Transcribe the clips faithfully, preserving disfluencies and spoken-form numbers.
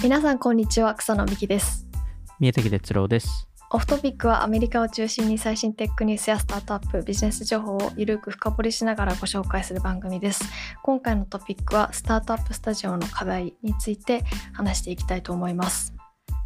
皆さんこんにちは、草野美希です。 宮崎哲郎です。 オフトピックはアメリカを中心に最新テックニュースやスタートアップ、ビジネス情報をゆるく深掘りしながらご紹介する番組です。今回のトピックはスタートアップスタジオの課題について話していきたいと思います。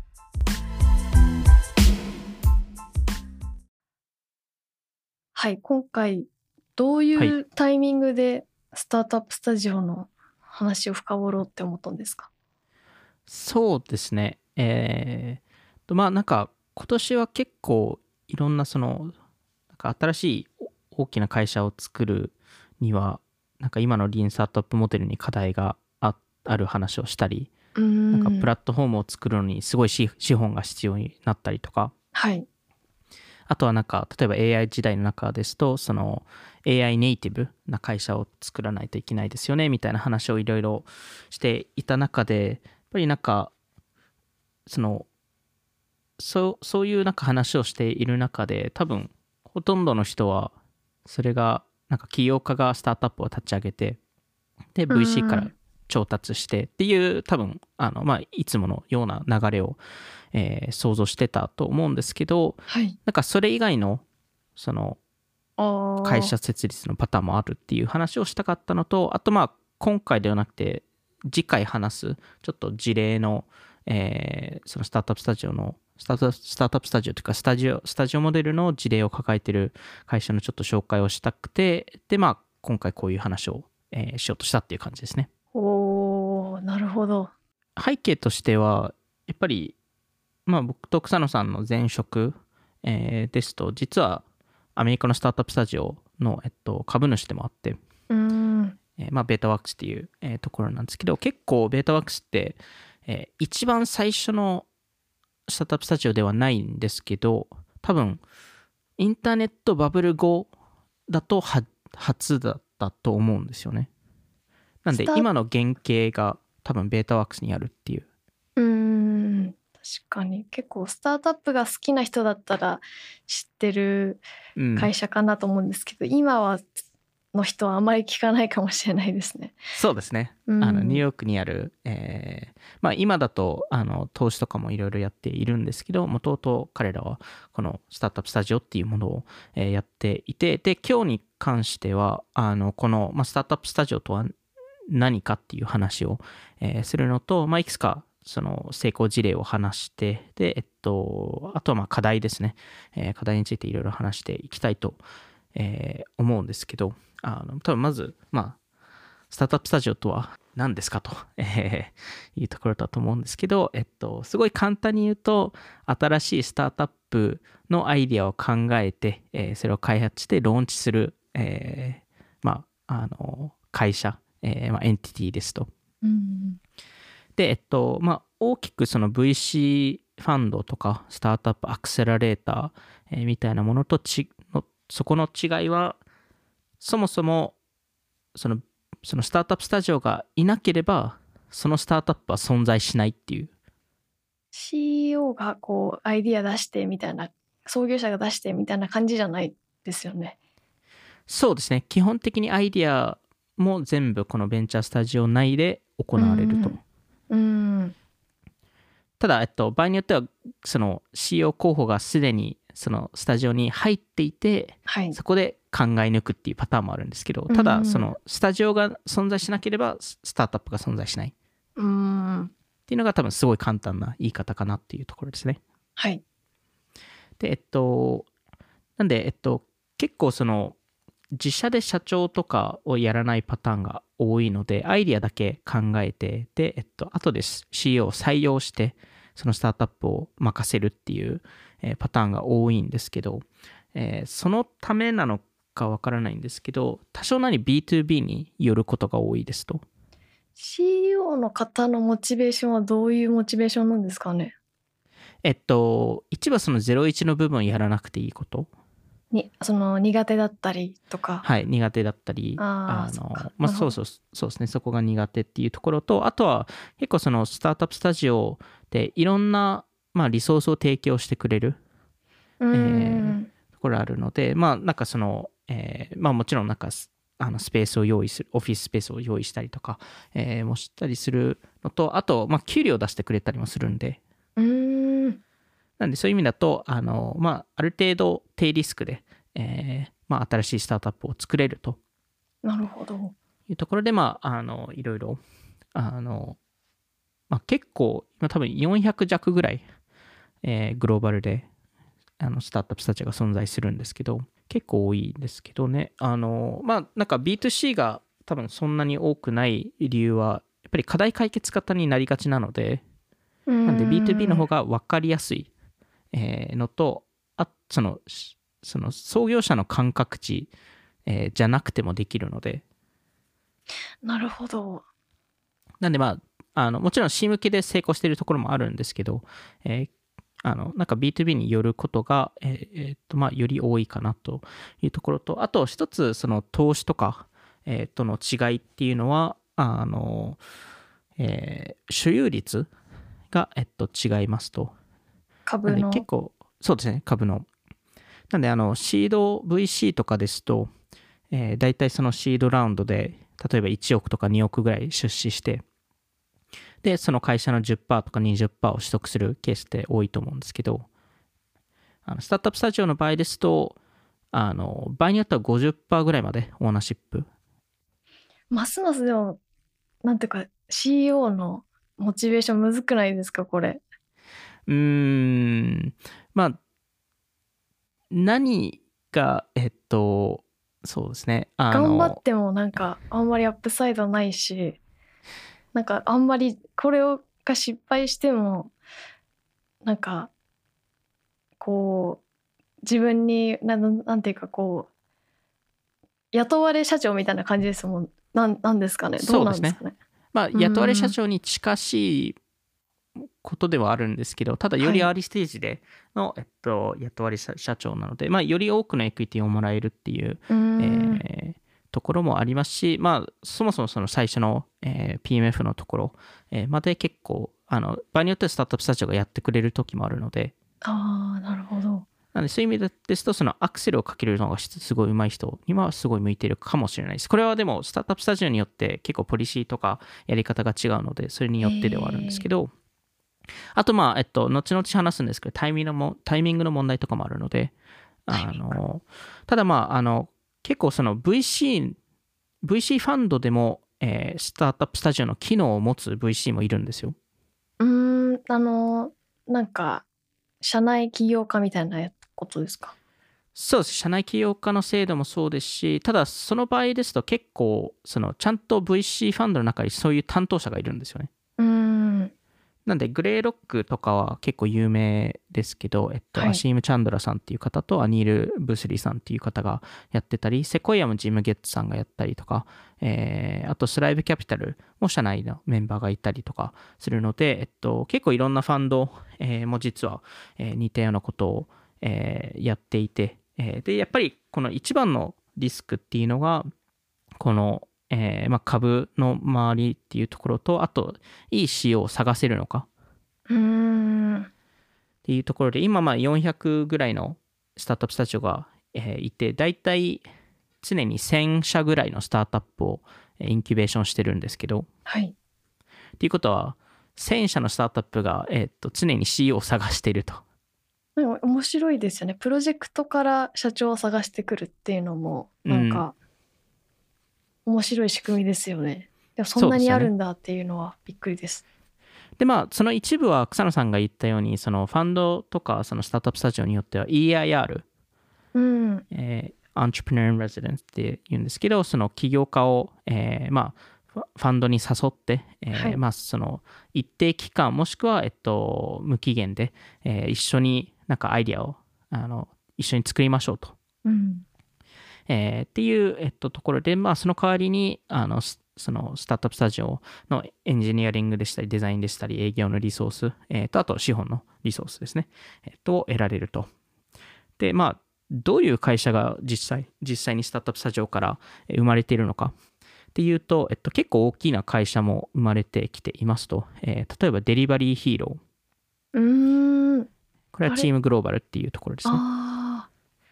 はい、今回どういうタイミングでスタートアップスタジオの話を深掘ろうって思ったんですか？ そうですね。えー、とまあなんか今年は結構いろんなそのなんか新しい大きな会社を作るにはなんか今のリーンスタートアップモデルに課題が あ, ある話をしたり、 うーんなんかプラットフォームを作るのにすごい資本が必要になったりとか、 はい、 あとはなんか例えば エーアイ 時代の中ですとその エーアイ ネイティブな会社を作らないといけないですよねみたいな話をいろいろしていた中で、やっぱりなんかそのそうそういうなんか話をしている中で多分ほとんどの人はそれがなんか起業家がスタートアップを立ち上げてで ブイシー から調達してっていう多分あのまあいつものような流れを、えー想像してたと思うんですけど、 はい、 なんかそれ以外のそのあー会社設立のパターンもあるっていう話をしたかったのと、あとまあ今回ではなくて次回話すちょっと事例の、えーそのスタートアップスタジオのスタートスタートアップスタジオというかスタジオスタジオモデルの事例を抱えている会社のちょっと紹介をしたくて、でまあ今回こういう話を、えーしようとしたっていう感じですね。 おー、なるほど。 背景としてはやっぱりまあ僕と草野さんの前職、えーですと実はアメリカのスタートアップスタジオの、えっと、株主でもあって、 うーんえーまあ、ベータワークスっていう、えーところなんですけど、結構ベータワークスって、えー一番最初のスタートアップスタジオではないんですけど、多分インターネットバブル後だとは初だったと思うんですよね。なんでスタ今の原型が多分ベータワークスにあるっていう。 うーん確かに結構スタートアップが好きな人だったら知ってるうん会社かなと思うんですけど、今はの人はあまり聞かないかもしれないですね。 そうですね。 うんあのニューヨークにある、えーまあ、今だとあの投資とかもいろいろやっているんですけど、もともと彼らはこのスタートアップスタジオっていうものを、えーやっていて、で今日に関してはあのこの、まあ、スタートアップスタジオとは何かっていう話を、えーするのと、まあ、いくつかその成功事例を話して、で、えっと、あとはまあ課題ですね、えー課題についていろいろ話していきたいと、えー思うんですけど、あの多分まず、まあ、スタートアップスタジオとは何ですかと、えーいうところだと思うんですけど、えっと、すごい簡単に言うと、新しいスタートアップのアイディアを考えて、えーそれを開発してローンチする、えーまあ、あの会社、えーまあ、エンティティですと。 うんで、えっと、まあ、大きくその ブイシー ファンドとか、スタートアップアクセラレーター、えーみたいなものとちの、そこの違いは、そもそも、その、そのスタートアップスタジオがいなければ、そのスタートアップは存在しないっていう。 シーイーオー がこうアイディア出してみたいな、創業者が出してみたいな感じじゃないですよね。 そうですね。基本的にアイディアも全部このベンチャースタジオ内で行われると。 うんうんただ、えっと、場合によっては、その シーイーオー 候補がすでにそのスタジオに入っていて、 はいそこで考え抜くっていうパターンもあるんですけど、ただ、そのスタジオが存在しなければ、スタートアップが存在しないっうんていうのが多分すごい簡単な言い方かなっていうところですね。 はいで、えっと、なんで、えっと、結構その、自社で社長とかをやらないパターンが多いので、アイディアだけ考えて、で、えっと、後で シーイーオー を採用して、そのスタートアップを任せるっていう、えーパターンが多いんですけど、えーそのためなのかわからないんですけど、多少なり ビーツービー によることが多いですと。 シーイーオー の方のモチベーションはどういうモチベーションなんですかね。 えっと、一はそのゼロイチの部分をやらなくていいこと。 にその苦手だったりとか、 はい、苦手だったり、 あーそっかの、まあ、 なるほどそうそう、そうですね、そこが苦手っていうところと、あとは結構そのスタートアップスタジオでいろんな、まあ、リソースを提供してくれる、 うーえんーところあるので、まあ、なんかその、えーまあもちろんなんか、 あのスペースを用意する、オフィススペースを用意したりとか、えーもしたりするのと、あと、まあ、給料を出してくれたりもするんで、 うーん。 なんでそういう意味だと、あの、まあ、ある程度低リスクで、えーまあ、新しいスタートアップを作れるとなるほど。 いうところで、まあ、あの、いろいろ、あの、まあ、結構、今多分よんひゃく弱ぐらい、えーグローバルで、あの、スタートアップたちが存在するんですけど、結構多いんですけどね、あの、まあ、なんか ビーツーシー が多分そんなに多くない理由は、やっぱり課題解決型になりがちなので、 うーなんで ビーツービー の方ん。 が分かりやすい、えーのと、あその、しその創業者の感覚値、えーじゃなくてもできるので、 なるほど。 なんでまあ、あのもちろん C 向けで成功しているところもあるんですけど、えーあのなんか ビーツービー によることが、えーえーとまあ、より多いかなというところと、あと一つその投資とか、えーとの違いっていうのは、あの、えー所有率が、えっと、違いますと。なんで結株の。 構、そうですね、株の。なんであの、シード ブイシー とかですと、えー、大体そのシードラウンドで、例えばいちおくとかにおくぐらい出資して、で、その会社のじゅっパーセントとかにじゅっパーセントを取得するケースって多いと思うんですけど、あのスタートアップスタジオの場合ですと、あの場合によってはごじゅっパーセントぐらいまでオーナーシップ。 ますますでも、なんていうか、シーイーオー のモチベーションむずくないですか、これ。 うーん、まあ、何が、えっと、そうですね、あ頑張っの、 てもなんか、あんまりアップサイドないし、なんかあんまりこれをが失敗しても、なんか、こう、自分に、なんなんていうかこう、雇われ社長みたいな感じですもん。なんなんですかね。どうそうですね。 なんですかね。 まあ、 うー雇われ社ん。 長に近しいことではあるんですけど、ただよはい。 りアーリーステージでの、えっと、雇われ社長なので、まあ、より多くのエクイティをもらえるっていう、 うーん。 えーところもありますし、まあ、そもそもその最初の、えー ピーエムエフ のところ、えーまで結構、あの場合によってはスタートアップスタジオがやってくれる時もあるので、 ああ、なるほど。 なのでそういう意味ですと、そのアクセルをかけるのがすごい上手い人にはすごい向いているかもしれないです。これはでも、スタートアップスタジオによって結構ポリシーとかやり方が違うので、それによってではあるんですけえど、あと、まあ、えっと、後々話すんですけど、タイミングのもタイミングの問題とかもあるので、あタイミング。 の、ただまあ、あの、結構その ブイシー、ブイシー ファンドでも、えースタートアップスタジオの機能を持つ ブイシー もいるんですよ。 うーん、あの、なんか、社内起業家みたいなことですか？ そうです。社内起業家の制度もそうですし、ただその場合ですと結構、そのちゃんと ブイシー ファンドの中にそういう担当者がいるんですよね。 うーん。 なんで、グレーロックとかは結構有名ですけど、えっと、 はい。 アシーム・チャンドラさんっていう方とアニール・ブスリーさんっていう方がやってたり、セコイアもジム・ゲッツさんがやったりとか、えーあとスライブ・キャピタルも社内のメンバーがいたりとかするので、えっと、結構いろんなファンド、えーも実は、えー似たようなことを、えーやっていて、えーで、やっぱりこの一番のリスクっていうのが、この、えーまあ、株の周りっていうところと、あと、いい シーイーオー を探せるのかうーん。 っていうところで、今まあよんひゃくぐらいのスタートアップスタジオがえーいて、だいたい常にせん社ぐらいのスタートアップをえーインキュベーションしてるんですけど、 はい。 っていうことは、せん社のスタートアップが、えーっと常に シーイーオー を探していると。 でも面白いですよね。プロジェクトから社長を探してくるっていうのも、 うん、 なんか面白い仕組みですよね。でもそんなにあるそうですよね。 んだっていうのはびっくりです。 で、まあ、その一部は草野さんが言ったように、そのファンドとか、そのスタートアップスタジオによっては イーアイアール、 うん。 えー、Entrepreneur in Residence って言うんですけど、その起業家を、えーまあ、ファンドに誘って、 はい。 えーまあ、その一定期間、もしくは、えっと、無期限で、えー一緒になんかアイディアをあの一緒に作りましょうと、 うん。 えーっていう、えっと、ところで、まあ、その代わりにあのスそのスタートアップスタジオのエンジニアリングでしたり、デザインでしたり、営業のリソース、えーと、あと資本のリソースですね、えっと、得られると。で、まあ、どういう会社が実際、実際にスタートアップスタジオから生まれているのかっていうと、えっと、結構大きな会社も生まれてきていますと、えー例えばデリバリーヒーロー。 うーん。 これはあれ、 チームグローバルっていうところですね。 あ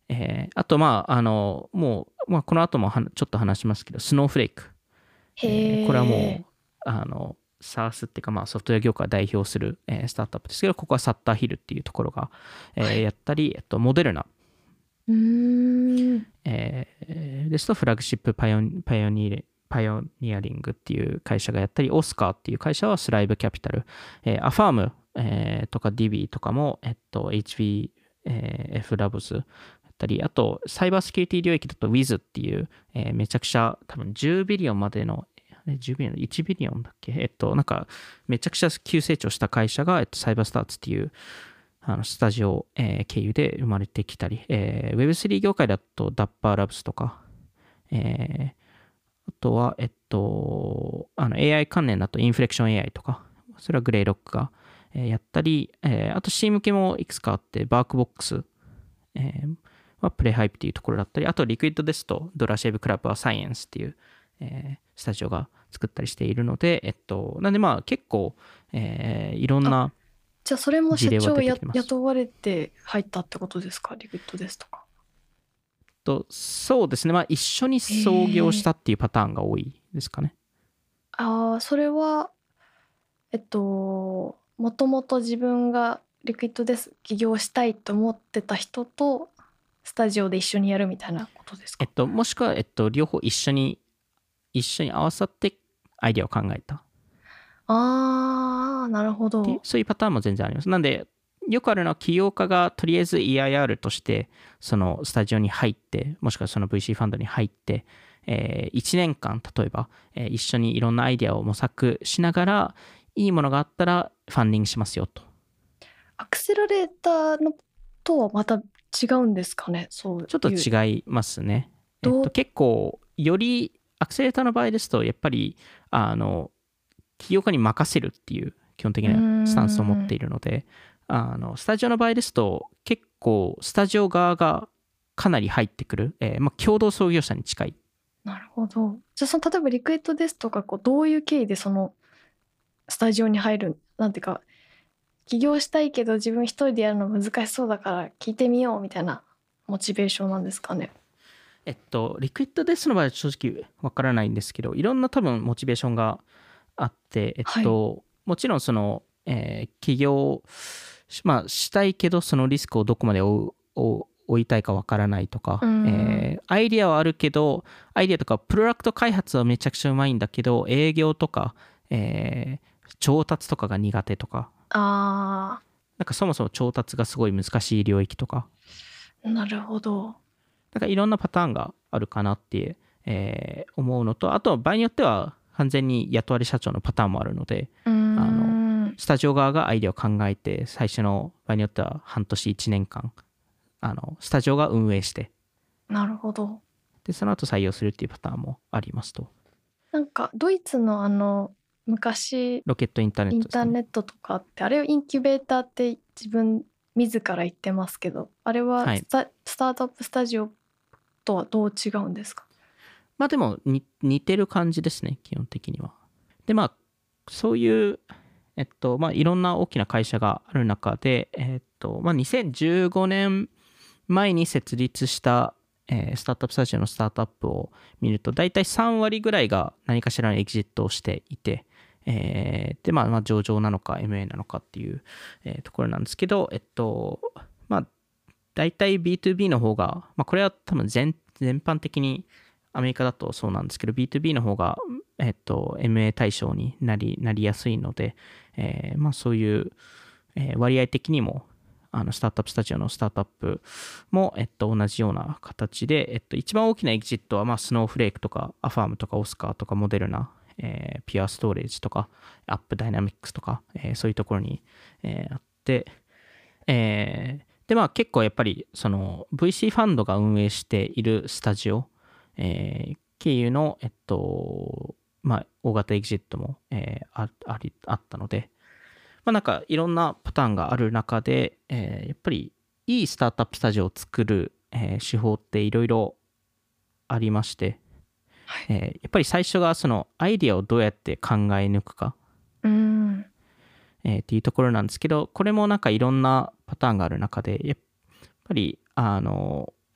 えーあとまああのもう、まあ、この後もはちょっと話しますけどスノーフレーク、えーこれはへえ。 もうあの SaaS っていうかまあソフトウェア業界を代表する、えースタートアップですけど、ここはサッターヒルっていうところが、えーやったり、えっと、モデルナ、 うーん。 えーですとフラッグシップパイオニパイオニーパイオニアリングっていう会社がやったり、オスカーっていう会社はスライブキャピタル、えーアファーム、えーとか ディービー とかも、えっと、エイチビーエフ ラブズだったり、あとサイバーセキュリティ領域だと Wiz っていう、えーめちゃくちゃ多分じゅうビリオンまでのじゅうビリオン、いちビリオンだっけ、えっと、なんか、めちゃくちゃ急成長した会社が、えっと、サイバースターツっていう、あのスタジオ、えー経由で生まれてきたり、えー、ウェブスリー 業界だと ダッパーラブスとか、えーあとは、えっと、あの エーアイ 関連だとインフレクション エーアイ とか、それはグレイロックが、えーやったり、えーあと C 向けもいくつかあって、バークボックス、えーはプレイハイプっていうところだったり、あとリクイッドですとドラシェイブクラブはサイエンスっていう、えースタジオが作ったりしているので、えっと、なんでまあ結構、えーいろんあ、 なじゃあそれも事例は社長や出てきてます。 雇われて入ったってことですか？リクイットですとか。 とそうですね、まあ一緒に創業へえ。 したっていうパターンが多いですかね。 ああ、それは、えっと、もともと自分がリクイットです起業したいと思ってた人とスタジオで一緒にやるみたいなことですか？ えっと、もしくは、えっと、両方一緒に、一緒に合わさってアイデアを考えたっああ、なるほていう、 ど。 そういうパターンも全然あります。なんで、よくあるのは起業家がとりあえず イーアイアール としてそのスタジオに入って、もしくはその ブイシー ファンドに入って、えーいちねんかん例えば、えー一緒にいろんなアイデアを模索しながら、いいものがあったらファンディングしますよと。 アクセラレーターのとはまた違うんですかね？そうちょっという。 違いますね。えっと、 どう、 結構、よりアクセレーターの場合ですと、やっぱり、あの、起業家に任せるっていう基本的うーなスタンスを持ってん。 いるので、あの、スタジオの場合ですと、結構、スタジオ側がかなり入ってくる、えーまあ、共同創業者に近い。 なるほど。じゃあその例えばリクイットですとか、こうどういう経緯でそのスタジオに入る、なんていうか、起業したいけど自分一人でやるの難しそうだから聞いてみようみたいなモチベーションなんですかね？ えっと、リクイットデスの場合は正直わからないんですけど、いろんな多分モチベーションがあって、えっはい。 と、もちろんその、えー起業、まあ、したいけど、そのリスクをどこまで負う負負いたいかわからないとか、 うーん。 えーアイディアはあるけど、アイディアとかプロダクト開発はめちゃくちゃうまいんだけど、営業とか、えー調達とかが苦手とか、 あなんかそもそも調達がすごい難しい領域とか、 ー、なるほど。 なんかいろんなパターンがあるかなって、えー思うのと、あと場合によっては完全に雇われ社長のパターンもあるので、 うーあのん。 スタジオ側がアイデアを考えて、最初の場合によっては半年いちねんかん、あのスタジオが運営して、 なるほど。 でその後採用するっていうパターンもありますと。 なんかドイツのあの昔ロケットインターネッイントですかね。 ターネットとかってあれをインキュベーターって自分自ら言ってますけど、あれははい。 スタ、スタートアップスタジオとはどう違うんですか？ まあでもに似てる感じですね、基本的には。で、まあ、そういう、えっと、まあ、いろんな大きな会社がある中で、えっと、まあ、にせんじゅうごねんまえに設立した、えースタートアップスタジオのスタートアップを見ると、大体さん割ぐらいが何かしらのエキジットをしていて、えーで、まあ、まあ、上場なのか エムエー なのかっていう、えーところなんですけど、えっと、まあ、大体 ビーツービー の方が、まあ、これは多分全全般的にアメリカだとそうなんですけど、ビーツービー の方が、えっと、エムエー 対象になりなりやすいので、えーまあ、そういう、えー割合的にも、あのスタートアップスタジオのスタートアップも、えっと、同じような形で、えっと、一番大きなエキジットは、まあ、スノーフレークとか、アファームとか、オスカーとか、モデルナ、えーピュアストレージとか、アップダイナミックスとか、えーそういうところに、えーあって、えーで、まあ結構やっぱりその ブイシー ファンドが運営しているスタジオ、えー経由の、えっと、まあ大型エグジットも、えーあありあったので、まあなんかいろんなパターンがある中で、えーやっぱりいいスタートアップスタジオを作る、えー手法っていろいろありまして、 はい。 えーやっぱり最初がそのアイディアをどうやって考え抜くか、 うーん。 えーっていうところなんですけど、これもなんかいろんなパターンがある中で、やっぱり、あの、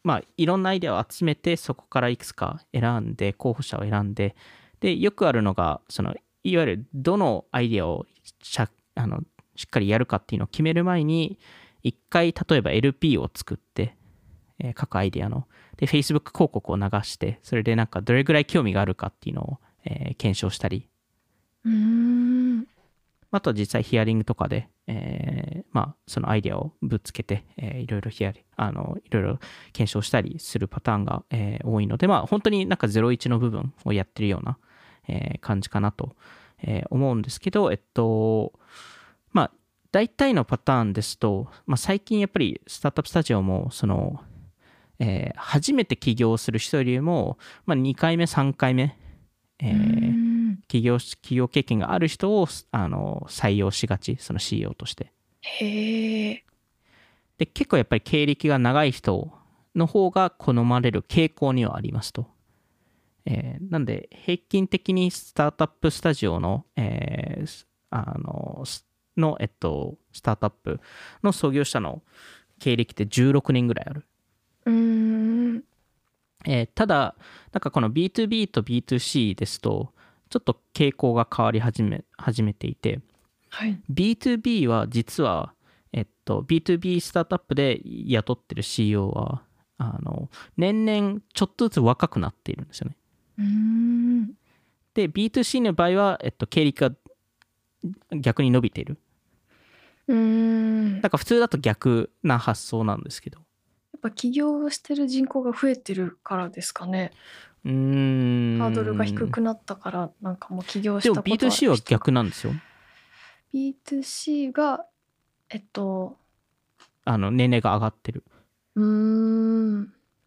まあいろんなアイデアを集めて、そこからいくつか選んで、候補者を選んで、でよくあるのがそのいわゆるどのアイデアをしゃあのしっかりやるかっていうのを決める前に、一回例えば エルピー を作って、えー各アイデアので Facebook 広告を流して、それでなんかどれぐらい興味があるかっていうのを、えー検証したり、 うーん。 あとは実際ヒアリングとかで、えーまあそのアイデアをぶつけて、えーいろいろヒアリあのいろいろ検証したりするパターンが、えー多いので、まあ本当になんかゼロイチの部分をやってるような、えー感じかなと、えー思うんですけど、えっとまあ大体のパターンですと、まあ、最近やっぱりスタートアップスタジオもその、えー初めて起業する人よりも、まあ、にかいめさんかいめ、えうーーん。 起業し起業経験がある人をあの採用しがち、その シーイーオー として。 へえ。 で結構やっぱり経歴が長い人の方が好まれる傾向にはありますと。えーなんで平均的にスタートアップスタジオの、えーあのすの、えっと、スタートアップの創業者の経歴ってじゅうろくねんぐらいある。 うーん。 えーただ、なんかこの ビーツービー と ビーツーシー ですと、ちょっと傾向が変わり始め始めていて、 はい。 ビーツービー は実は、えっと、ビーツービー スタートアップで雇ってる シーイーオー は、あの、年々ちょっとずつ若くなっているんですよね。 うーん。 で、ビーツーシー の場合は、えっと、経歴が逆に伸びている。 うーん。 なんか普通だと逆な発想なんですけど。 やっぱ起業してる人口が増えてるからですかね。 うーん。 ハードルが低くなったから、なんかもう起業しでもたことあるビーツーシー は人が。 逆なんですよ。 ビーツーシー が、えっと、 あの、年齢が上がってる。 うーん。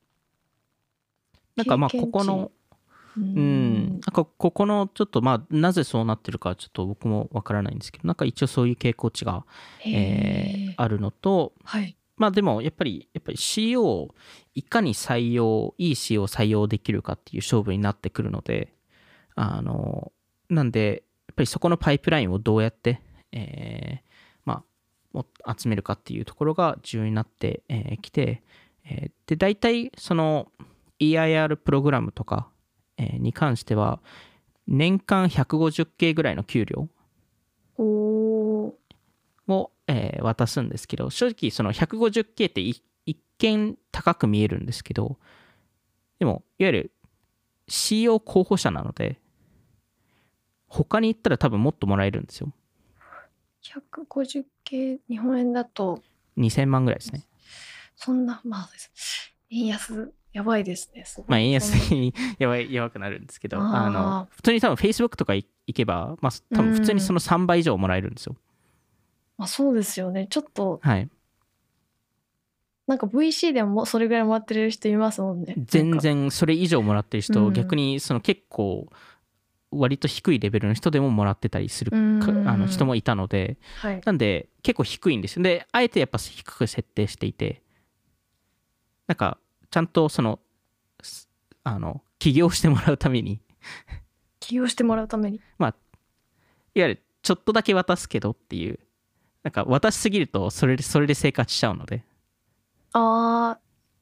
なんかまあ、こ経験値。 この、 うーうん、なんん。 かここのちょっとまあなぜそうなってるかちょっと僕もわからないんですけど、なんか一応そういう傾向値が、 へえーえ。 あるのと、 はい。 まあでもやっぱりやっぱり シーイーオー をいかに採用いい シーイーオー を採用できるかっていう勝負になってくるので、あのなんでやっぱりそこのパイプラインをどうやって、えーまあも集めるかっていうところが重要になってき、えーきて、えーで大体その イーアイアール プログラムとかえーに関しては年間 ひゃくごじゅっケー ぐらいの給料おお。 を、えー渡すんですけど、正直その ひゃくごじゅっケー ってい一見高く見えるんですけど、でもいわゆる シーイーオー 候補者なので他に行ったら多分もっともらえるんですよ。 ひゃくごじゅっケー日本円だと、 にせんまんぐらいですね。 そんな、まあ、円安、やばいですね。すごい。 まあ円安そんにやばいやばくなるんですけど、あのああ。 普通に多分 Facebook とか行けば、まあ多分普通にそのさんばい以上もらえるんですよ。 まあ、そうですよね。ちょっと、 はい。 なんか ブイシー でももうそれぐらいもらってる人いますもんね。 全然それ以上もらってる人、 うん逆にその結構割と低いレベルの人でももらってたりするかうんあの人もいたので、 はい。 なんで結構低いんですよ。であえてやっぱ低く設定していて、なんかちゃんとそのすあの起業してもらうために起業してもらうために。 まあいわゆるちょっとだけ渡すけどっていう、なんか渡しすぎるとそれでそれで生活しちゃうので、 ああ、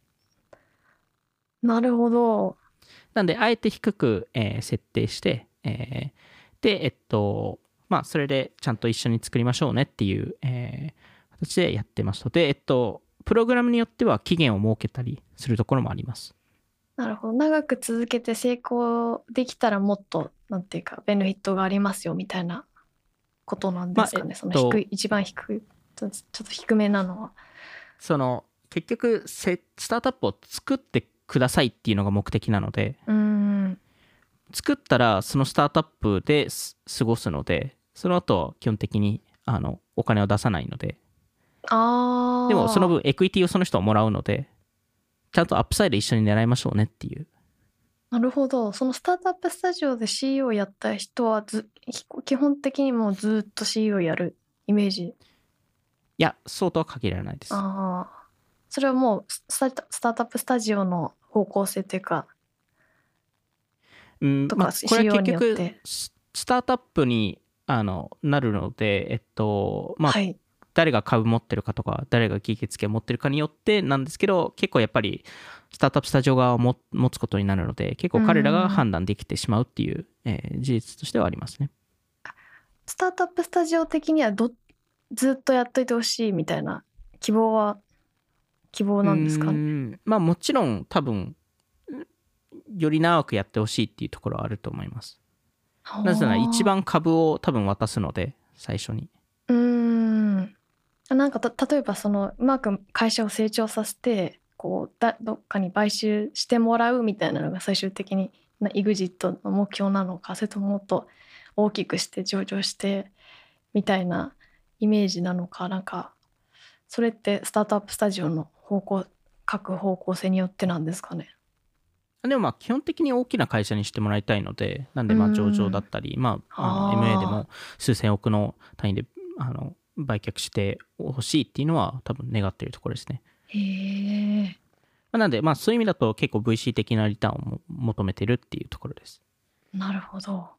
なるほど。 なんであえて低く、えー設定して、えーでえっとまあそれでちゃんと一緒に作りましょうねっていう、えー形でやってますので、えっとプログラムによっては期限を設けたりするところもあります。 なるほど。長く続けて成功できたらもっと、なんていうか、ベネフィットがありますよみたいなことなんですかね。 まあえっとその低い、一番低い、ちょっとちょっと低めなのは。 その結局せスタートアップを作ってくださいっていうのが目的なので、 うーん。 作ったらそのスタートアップです過ごすので、その後は基本的にあのお金を出さないので、 ああ。 でもその分エクイティをその人はもらうので、ちゃんとアップサイド一緒に狙いましょうねっていう。 なるほど。そのスタートアップスタジオで シーイーオー やった人はず基本的にもうずっと シーイーオー やるイメージ。 いやそうとは限らないです。 ああ。それはもうスタスタートアップスタジオの方向性というか、 うんとかまあ、これは結シーイーオー によっ局て。 ススタートアップにあのなるので、えっとまあ、 はい。 誰が株持ってるかとか誰が議決権を持ってるかによってなんですけど、結構やっぱりスタートアップスタジオ側をも持つことになるので、結構彼らが判断できてしまうっていう、えー事実としてはありますね。 スタートアップスタジオ的にはどずっとやっといてほしいみたいな希望は希望なんですかね。 うーんまあもちろん多分より長くやってほしいっていうところはあると思います。なぜなら一番株を多分渡すので最初に。 うーんなんかた例えばそのうまく会社を成長させてこうだどっかに買収してもらうみたいなのが最終的にな イグジット の目標なのか、それとももっと大きくして上場してみたいなイメージなのか、なんかそれってスタートアップスタジオの方向各方向性によってなんですかね。 でもまあ基本的に大きな会社にしてもらいたいので、なんでまあ上場だったり、まあ、あの エムエー でも数千億の単位であの売却してほしいっていうのは多分願っているところですね。 へえ。 まあなんでまあそういう意味だと結構 ブイシー 的なリターンをも求めてるっていうところです。 なるほど。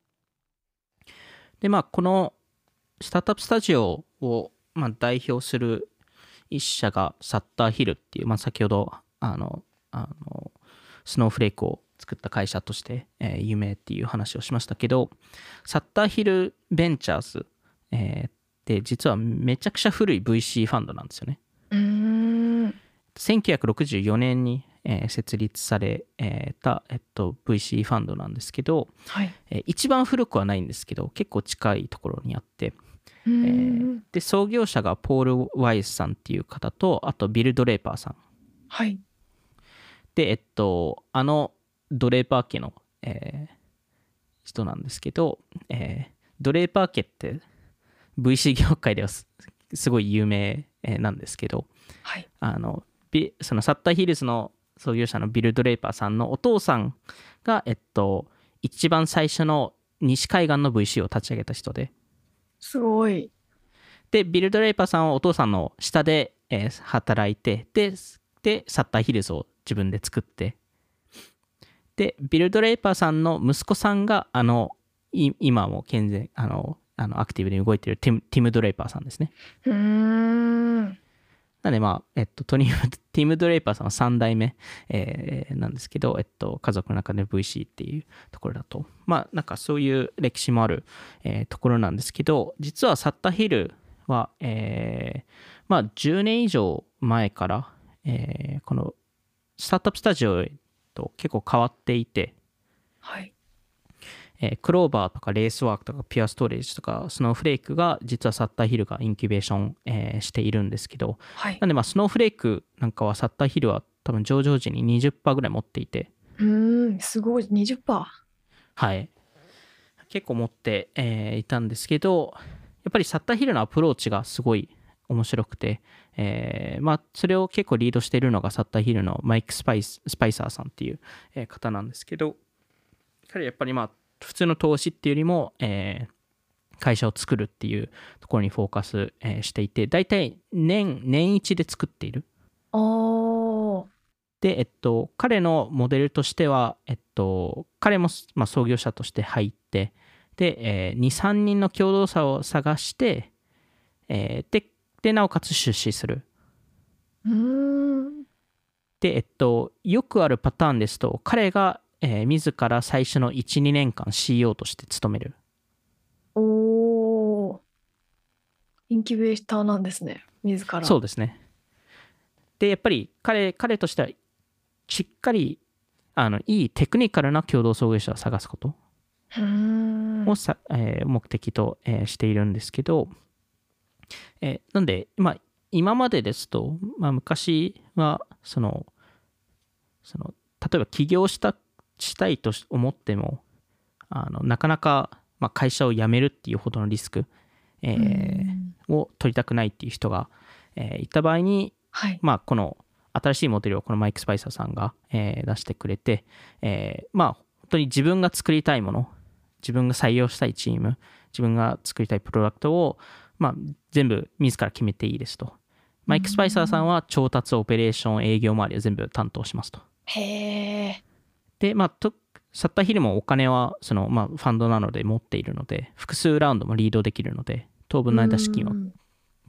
でまあこのスタートアップスタジオをまあ代表する一社がサッターヒルっていう、まあ、先ほどあのあのスノーフレークを作った会社として、えー有名っていう話をしましたけど、サッターヒルベンチャーズ、えーって実はめちゃくちゃ古い ブイシー ファンドなんですよね。 うーん。 せんきゅうひゃくろくじゅうよねんに、えー設立されえーた、えっと、ブイシー ファンドなんですけど、 はい。 えー一番古くはないんですけど結構近いところにあって、 うーえーん。 で創業者がポール・ワイスさんっていう方と、あとビル・ドレーパーさんはい。 で、えっと、あのドレーパー家の、えー人なんですけど、えードレーパー家って ブイシー 業界ではすすごい有名えーなんですけど、 はい。 あのビそのサッターヒルズの創業者のビル・ドレーパーさんのお父さんが、えっと、一番最初の西海岸の ブイシー を立ち上げた人で、 すごい。 でビル・ドレーパーさんはお父さんの下で、えー働いて、ででサッターヒルズを自分で作って、でビル・ドレーパーさんの息子さんがあのい今も健全あのあのアクティブに動いているティム・ティムドレーパーさんですね。 うーん。 なんでまあ、えっと、トニムティム・ドレイパーさんはさん代目、えーなんですけど、えっと、家族の中で ブイシー っていうところだと、まあ、なんかそういう歴史もある、えーところなんですけど、実はサッターヒルは、えーまあ、じゅうねん以上前から、えーこのスタートアップスタジオと結構変わっていて、 はい。 えークローバーとかレースワークとかピュアストレージとかスノーフレークが実はサッターヒルがインキュベーション、えーしているんですけど、 はい。 なんでまあスノーフレークなんかはサッターヒルは多分上場時に にじゅっパーセント ぐらい持っていて、 うーん。すごい。にじゅっパーセント。 はい結構持って、えーいたんですけど、やっぱりサッターヒルのアプローチがすごい面白くて、えーまあそれを結構リードしているのがサッターヒルのマイク・スパイススパイサーさんっていうえー方なんですけど、彼やっぱりまあ普通の投資っていうよりも、えー会社を作るっていうところにフォーカス、えーしていて、大体年年一で作っている。 おー。 で、えっと、彼のモデルとしては、えっと、彼も、まあ、創業者として入って、で、えーに、さんにんの共同者を探して、えーで、で、なおかつ出資する。 うーん。 で、えっと、よくあるパターンですと、彼が、えー自ら最初のいち、にねんかん シーイーオー として務める。 おー。インキュベーターなんですね。自ら。 そうですね。で、やっぱり彼、彼としては、しっかり、あの、いいテクニカルな共同創業者を探すこと。 うーん。 をさ、えー目的と、えーしているんですけど、えーなんで、まあ、今までですと、まあ、昔はそのその例えば起業したしたいと思ってもあのなかなか、まあ、会社を辞めるっていうほどのリスク、えーを取りたくないっていう人が、えーいた場合に、 はい。 まあ、この新しいモデルをこのマイク・スパイサーさんが、えー出してくれて、えーまあ本当に自分が作りたいもの、自分が採用したいチーム、自分が作りたいプロダクトを、まあ、全部自ら決めていいですと。マイク・スパイサーさんは調達、オペレーション、営業周りを全部担当しますと。 へえ。 で、まあ、とサッターヒルもお金はその、まあ、ファンドなので持っているので、複数ラウンドもリードできるので、当分の間資金を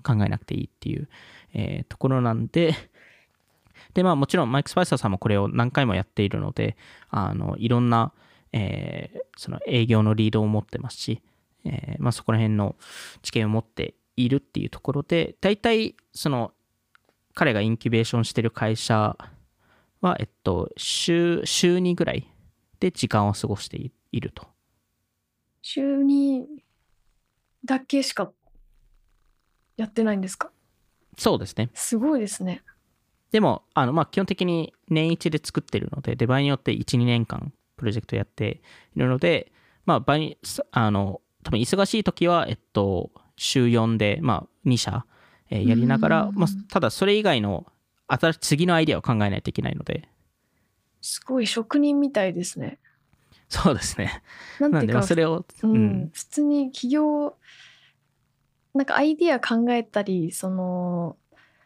考えなくていいっていう、えーところなんで、でまあもちろんマイク・スパイサーさんもこれを何回もやっているので、あのいろんな、えーその営業のリードを持ってますし、えーまあ、そこら辺の知見を持っているっていうところで、大体その彼がインキュベーションしてる会社は、えっと、週、週にぐらいで時間を過ごしていると。 週にだけしかやってないんですか？ そうですね。 すごいですね。 でも、あのまあ基本的に年一で作ってるので、で場合によっていち、にねんかんプロジェクトやっているので、まあ場合に、あの、多分忙しい時は、えっと、週よんで、まあに社、えーやりながら、まあ、ただそれ以外の新しい次のアイデアを考えないといけないので。 すごい職人みたいですね。 そうですね。 なんていうか、 なんでまあそれを、 うんうん、 普通に企業、なんかアイディア考えたり、その、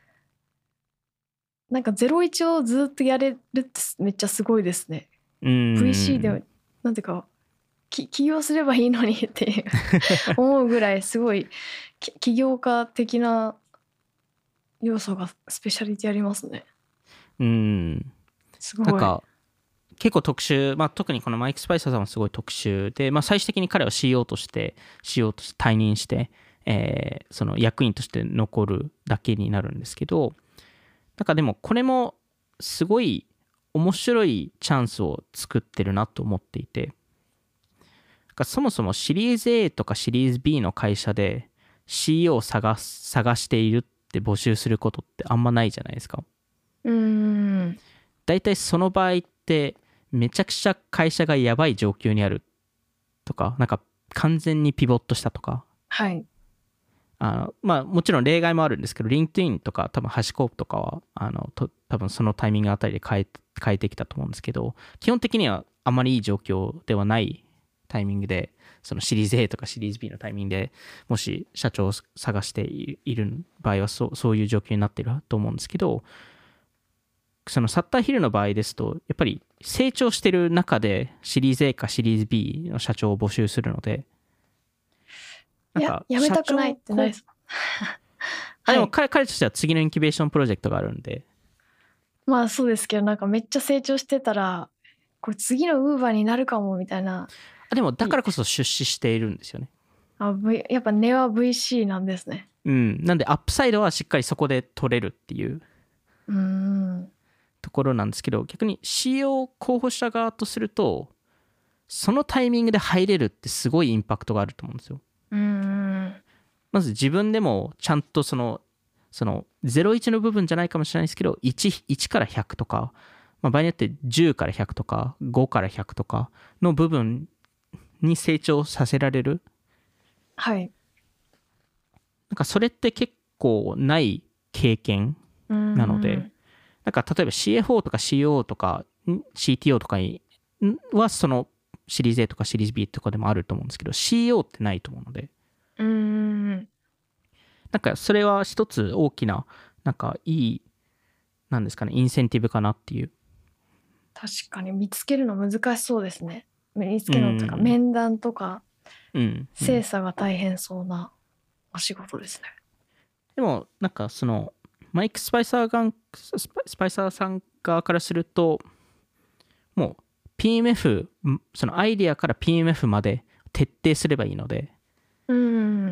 なんかゼロイチをずっとやれるってめっちゃすごいですね。 うんブイシー で、なんていうか、き起業すればいいのにっていう思うぐらいすごいき起業家的な要素がスペシャリティありますね。 うんすごい。 なんか結構特殊、まあ、特にこのマイク・スパイサーさんはすごい特殊で、まあ、最終的に彼は シーイーオー として シーイーオー として退任して、えーその役員として残るだけになるんですけど、なんかでもこれもすごい面白いチャンスを作ってるなと思っていて、なんかそもそもシリーズ A とかシリーズ B の会社で シーイーオー を探す探しているって募集することってあんまないじゃないですか。 うーん。 大体その場合ってめちゃくちゃ会社がやばい状況にあるとか、なんか完全にピボットしたとか、 はい。 あのまあもちろん例外もあるんですけど、リンクトインとか多分ハシコープとかはあのと多分そのタイミングあたりで変え変えてきたと思うんですけど、基本的にはあまりいい状況ではないタイミングで、そのシリーズ A とかシリーズ B のタイミングでもし社長を探している場合はそうそういう状況になっていると思うんですけど、そのサッターヒルの場合ですと、やっぱり成長してる中でシリーズ A かシリーズ B の社長を募集するので、なんかややめたくないってないです。 あでも彼彼としては次のインキュベーションプロジェクトがあるんで。 まあそうですけど、なんかめっちゃ成長してたらこれ次のウーバーになるかもみたいな。 あでもだからこそ出資しているんですよね。 あ、v、やっぱ根は ブイシー なんですね。 うん。なんでアップサイドはしっかりそこで取れるっていううーん。 ところなんですけど、逆に シーイーオー 候補者側とすると、そのタイミングで入れるってすごいインパクトがあると思うんですよ。 うーん。 まず自分でもちゃんとそのそのゼロイチの部分じゃないかもしれないですけど、 1, 1からひゃくとか、まあ、場合によってじゅうからひゃくとかごからひゃくとかの部分に成長させられる。 はい。 なんかそれって結構ない経験なので、なんか例えば シーエフオー とか シーイーオー とか シーティーオー とかはそのシリーズ A とかシリーズ B とかでもあると思うんですけど、 シーイーオー ってないと思うので、 うーん。 なんかそれは一つ大きななんかいいなんですかねインセンティブかなっていう。 確かに見つけるの難しそうですね。見つけるのとか、面談とか、 うん、 精査が大変そうなお仕事ですね。 でもなんかそのマイク・スパイサーがスパスパイサーさん側からすると、もう ピーエムエフ そのアイディアから ピーエムエフ まで徹底すればいいので、 うん。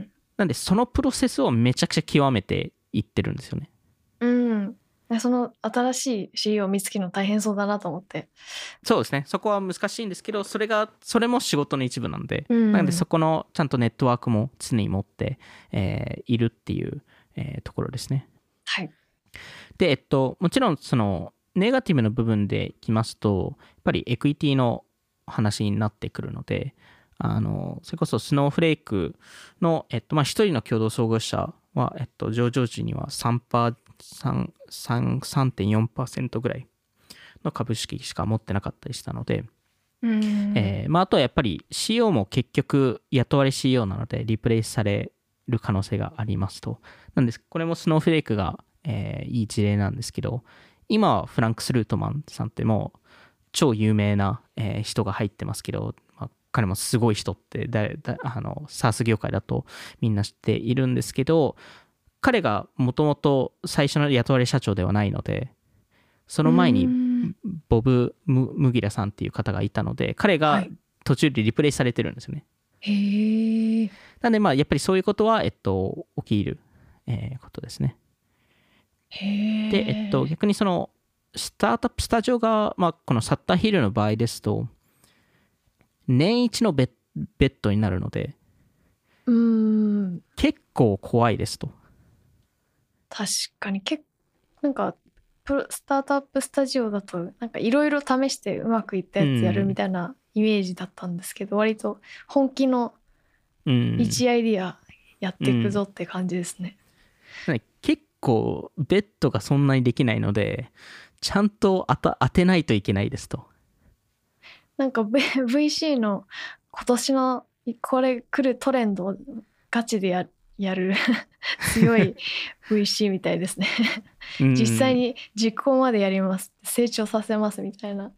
なんでそのプロセスをめちゃくちゃ極めていってるんですよね。 うん。その新しい シーイーオー を見つけるの大変そうだなと思って。 そうですね。そこは難しいんですけど、それがそれも仕事の一部なんで、 うん、 なのでそこのちゃんとネットワークも常に持って、えー、いるっていう、えー、ところですね。 はい。 で、えっともちろんそのネガティブの部分でいきますと、やっぱりエクイティの話になってくるので、あのそれこそスノーフレークの、えっとまあ、ひとりの共同創業者は、えっと、上場時には さんパーセント、さんてんよんパーセント ぐらいの株式しか持ってなかったりしたので、 うんえーまあ、あとはやっぱり シーイーオー も結局雇われ シーイーオー なのでリプレイスされる可能性がありますと。なんですこれもスノーフレークが、えーいい事例なんですけど、今はフランクス・ルートマンさんってもう超有名な、えー人が入ってますけど、まあ、彼もすごい人ってだだあの SaaS 業界だとみんな知っているんですけど、 彼がもともと最初の雇われ社長ではないので、その前にボブ・ムムギラさんっていう方がいたので、彼が途中でリプレイされてるんですよね。 はい、へえ。 なんでまあやっぱりそういうことは、えっと、起きる、えーことですね。 へえ。 で、えっと、逆にそのスタートアップスタジオが、まあ、このサッターヒルの場合ですと、年一のベッベッドになるので、 うーん。 結構怖いですと。 確かに結なんかプロスタートアップスタジオだとなんかいろいろ試してうまくいったやつやるみたいなイメージだったんですけど、割と本気のうん一アイディアやっていくぞって感じですね。 ね結構ベッドがそんなにできないので、ちゃんと当た当てないといけないですと。 なんか ブイシー の今年のこれ来るトレンドをガチでややる強い ブイシー みたいですね。実際に実行までやります、成長させますみたいな。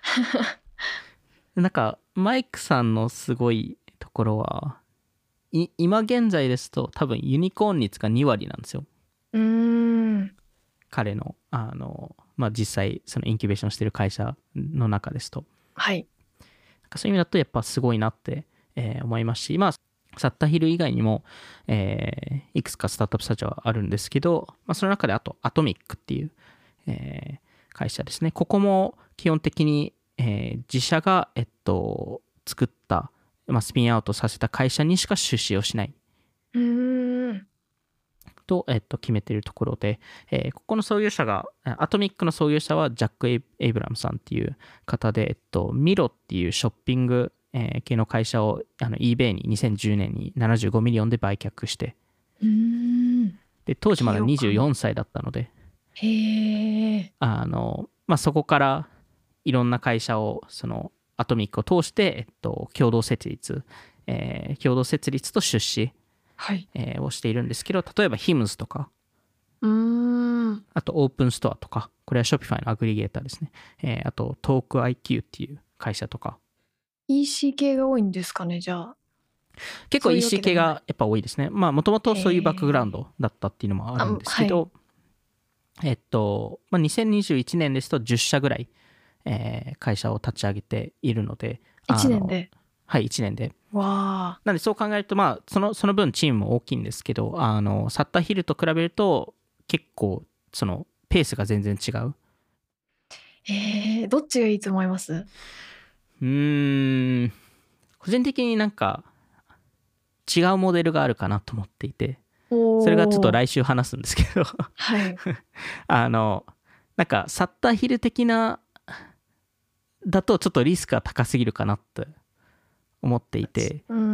なんかマイクさんのすごいところは、い今現在ですと多分ユニコーン率がに割なんですよ。 うーん。 彼のあの、まあ、実際そのインキュベーションしてる会社の中ですと。 はい。 なんかそういう意味だとやっぱすごいなって、えー思いますし、まあサッターヒル以外にも、えーいくつかスタートアップスタジオはあるんですけど、まあ、その中であとアトミックっていう、えー会社ですね。ここも基本的に、えー自社が、えっと、作った、まあ、スピンアウトさせた会社にしか出資をしない。 うーん。 と、えっと、決めているところで、えーここの創業者が、アトミックの創業者はジャック・エイエイブラムさんっていう方で、えっと、ミロっていうショッピング、えー系の会社をあの eBay ににせんじゅうねんにななじゅうごミリオンで売却して、 うーん。 で当時まだにじゅうよんさいだったので、 へえ。 あの、まあ、そこからいろんな会社をそのアトミックを通して、えっと、共同設立、えー共同設立と出資、 はい。 えーをしているんですけど、例えば ヒムズ とか、 うーん。 あとオープンストアとか、これは Shopify のアグリゲーターですね。えーあと トーク アイキュー っていう会社とか、 イーシー 系が多いんですかね、じゃあ。 結構そういうわイーシーけでもない。 系がやっぱ多いですね。まあもともとそういうバックグラウンドだったっていうのもあるんですけど、えっと、まあ、にせんにじゅういちねんですとじゅっ社ぐらい、えー会社を立ち上げているので、あのいちねんで。 はい、いちねんで。 わあ。 なんでそう考えると、まあ、そのその分チームも大きいんですけど、あのサッターヒルと比べると結構そのペースが全然違う。 えー、どっちがいいと思います？ うーん、個人的になんか違うモデルがあるかなと思っていて、それがちょっと来週話すんですけどはい。 あのなんかサッターヒル的なだとちょっとリスクが高すぎるかなって思っていて、 うん。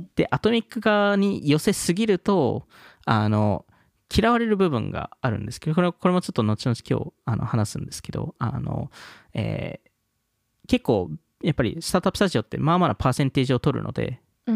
でアトミック側に寄せすぎるとあの嫌われる部分があるんですけど、これこれもちょっと後々今日あの話すんですけど、あの、えー結構やっぱりスタートアップスタジオってまあまあなパーセンテージを取るので、 うん。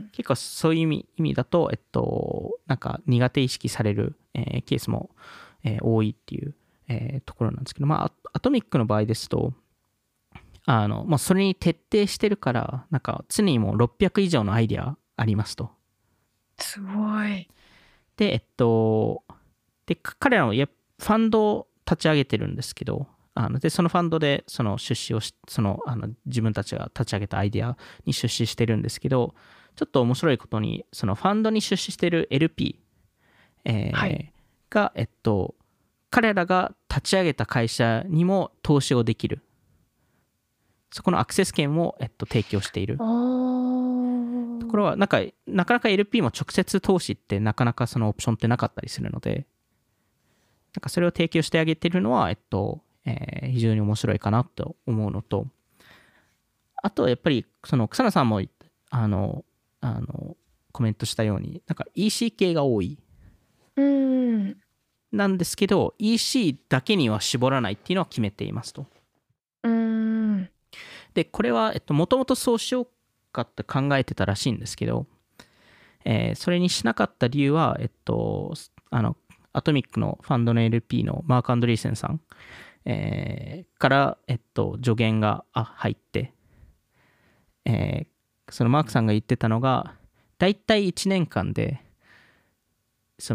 結構そういう意味意味だと、えっと、なんか苦手意識される、えーケースも、えー多いっていう、えーところなんですけど、まあ、アアトミックの場合ですと、あの、まあ、それに徹底してるから、なんか常にもうろっぴゃく以上のアイデアありますと。 すごい。 で、えっと、で、か彼らのやファンドを立ち上げてるんですけど、あのでそのファンドでその出資をしそのあの自分たちが立ち上げたアイデアに出資してるんですけど、ちょっと面白いことにそのファンドに出資してる エルピー、えーはいが、えっと、彼らが立ち上げた会社にも投資をできる、そこのアクセス権を、えっと、提供しているあーところは、なんかなかなか エルピー も直接投資ってなかなかそのオプションってなかったりするので、なんかそれを提供してあげてるのは、えっとえー非常に面白いかなと思うのと、あとやっぱりその草野さんもあのあのコメントしたように、なんか イーシー 系が多いうんなんですけど、 イーシー だけには絞らないっていうのは決めていますと。 うんでこれはもともとそうしようかって考えてたらしいんですけど、えーそれにしなかった理由は、えっとあのアトミックのファンドの エルピー のマーク・アンドリーセンさん、えーから、えっと、助言があ入って、えーそのマークさんが言ってたのが、だいたいいちねんかんでその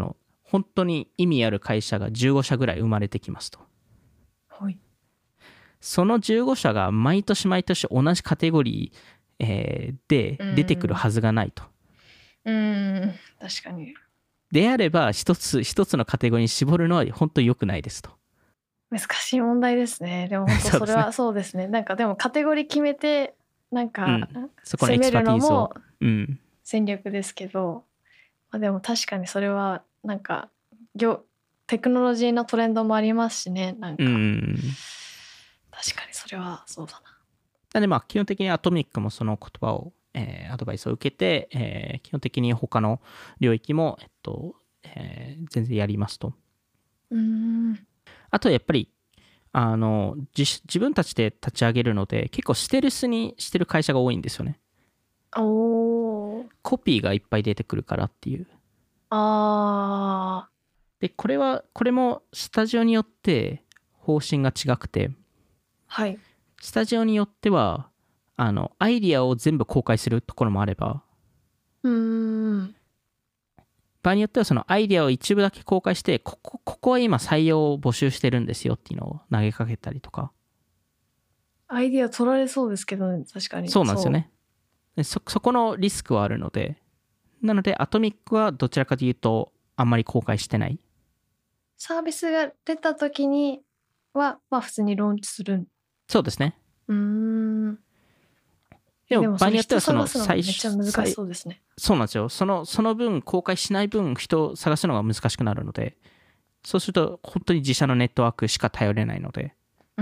本当に意味ある会社がじゅうごしゃぐらい生まれてきますと。 はい。 そのじゅうごしゃが毎年毎年同じカテゴリー、えーで出てくるはずがないと。 うーん、確かに。 であれば一つ一つのカテゴリーに絞るのは本当に良くないですと。 難しい問題ですね。でも本当それはそうですね。なんかでもカテゴリー決めてなんか、 うん、そこのエキスパティーズを、うん、 戦略ですけど、まあ、でも確かにそれはなんか業テクノロジーのトレンドもありますしね。なんか、うん、確かにそれはそうだな。 なんでまあ基本的にアトミックもその言葉を、えー、アドバイスを受けて、えー、基本的に他の領域も、えっとえー、全然やりますと。 うーん、 あとやっぱりあの 自, 自分たちで立ち上げるので結構ステルスにしてる会社が多いんですよね。 おー、 コピーがいっぱい出てくるからっていう。 あー、 でこれはこれもスタジオによって方針が違くて、 はい、 スタジオによってはあのアイディアを全部公開するところもあれば、 うーん、 場合によってはそのアイディアを一部だけ公開してここ、ここは今採用を募集してるんですよっていうのを投げかけたりとか。 アイディア取られそうですけどね、確かに。 そうなんですよね。で そ, そこのリスクはあるので、なのでアトミックはどちらかというとあんまり公開してない。 サービスが出た時にはまあ普通にローンチする。 そうですね。 うーん。 でも場合によってはその最初めっちゃ難しそうですね。 そうなんですよ。そのその分公開しない分人を探すのが難しくなるので、そうすると本当に自社のネットワークしか頼れないので、 うん。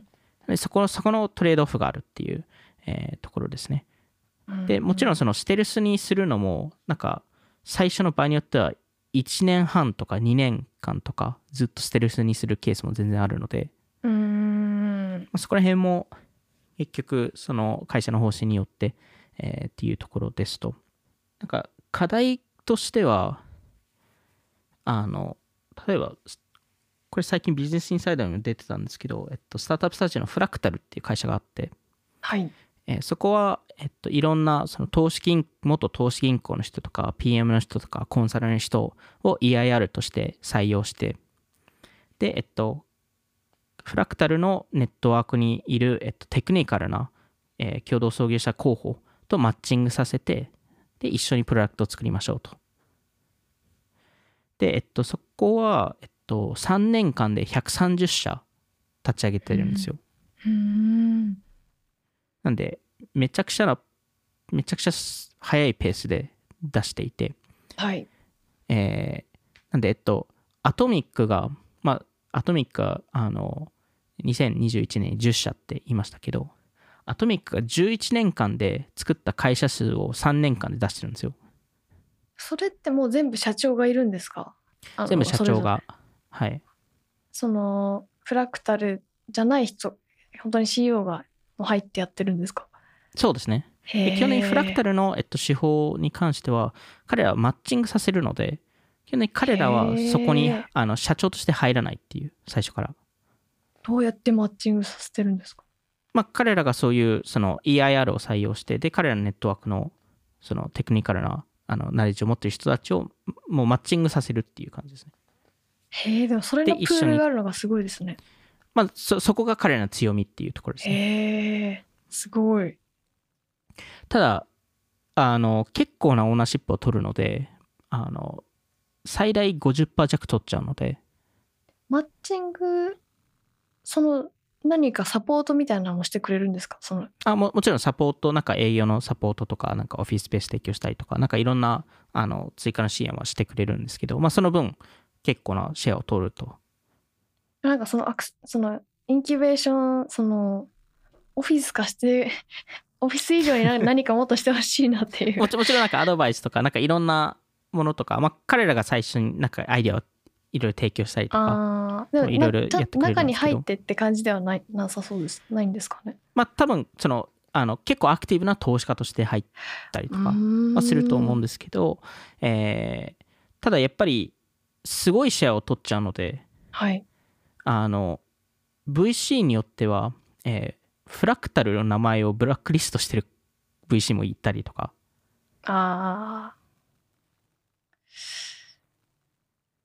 でそこそこのトレードオフがあるっていう、えーところですね。でもちろんそのステルスにするのもなんか最初の場合によってはいちねんはんとかにねんかんとかずっとステルスにするケースも全然あるので、 うーん、 そこら辺も結局その会社の方針によって、えーっていうところですと、なんか課題としてはあの例えばこれ最近ビジネスインサイダーにも出てたんですけど、えっと、スタートアップスタジオのフラクタルっていう会社があって、 はい、 えーそこは、えっと、いろんなその投資銀元投資銀行の人とか ピーエム の人とかコンサルの人を イーアイアール として採用して、で、えっと、フラクタルのネットワークにいる、えっと、テクニカルな、えー共同創業者候補とマッチングさせて、で、一緒にプロダクトを作りましょうと。で、えっと、そこは、えっと、さんねんかんでひゃくさんじゅっしゃ立ち上げてるんですよ。 うーん、 なんで、めちゃくちゃな、めちゃくちゃ速いペースで出していて、 はい、 えーなんで、えっと、アトミックが、まあ、アトミックが、あの、にせんにじゅういちねんにじゅっしゃって言いましたけど、アトミックがじゅういちねんかんで作った会社数をさんねんかんで出してるんですよ。 それってもう全部社長がいるんですか？ 全部社長が。はい。 そのフラクタルじゃない人、本当に シーイーオー が入ってやってるんですか？ そうですね。で基本的にフラクタルの、えっと、手法に関しては彼らはマッチングさせるので、基本的に彼らはそこにあの社長として入らないっていう、最初から。 どうやってマッチングさせてるんですか？ まあ、彼らがそういうその イーアイアール を採用して、で彼らのネットワークのそのテクニカルなあのナレッジを持っている人たちをもうマッチングさせるっていう感じですね。 へえ、でもそれのプールがあるのがすごいですね。 まあ、そ, そこが彼らの強みっていうところですね。 へえ、すごい。 ただあの結構なオーナーシップを取るので、あの最大 ごじゅっパーセント 弱取っちゃうので。 マッチング、その何かサポートみたいなのもしてくれるんですか？そのあ も, もちろんサポート、なんか営業のサポートとか、なんかオフィススペース提供したりとか、なんかいろんなあの追加の支援はしてくれるんですけど、まあ、その分結構なシェアを取ると。 なんかそのアクそのインキュベーション、そのオフィス化してオフィス以上に何かもっとしてほしいなっていうもちもちろんなんかアドバイスとか、なんかいろんなものとか、まあ、彼らが最初になんかアイデアをいろいろ提供したりとか、 あでもいろいろやってくれるんですけど、 中に入ってって感じではないなさそうです。ないんですかね。 まあ多分そのあの結構アクティブな投資家として入ったりとかはすると思うんですけど、えー、ただやっぱりすごいシェアを取っちゃうので、 はい、 あの ブイシー によっては、えー、フラクタルの名前をブラックリストしてる ブイシー もいたりとか。 あ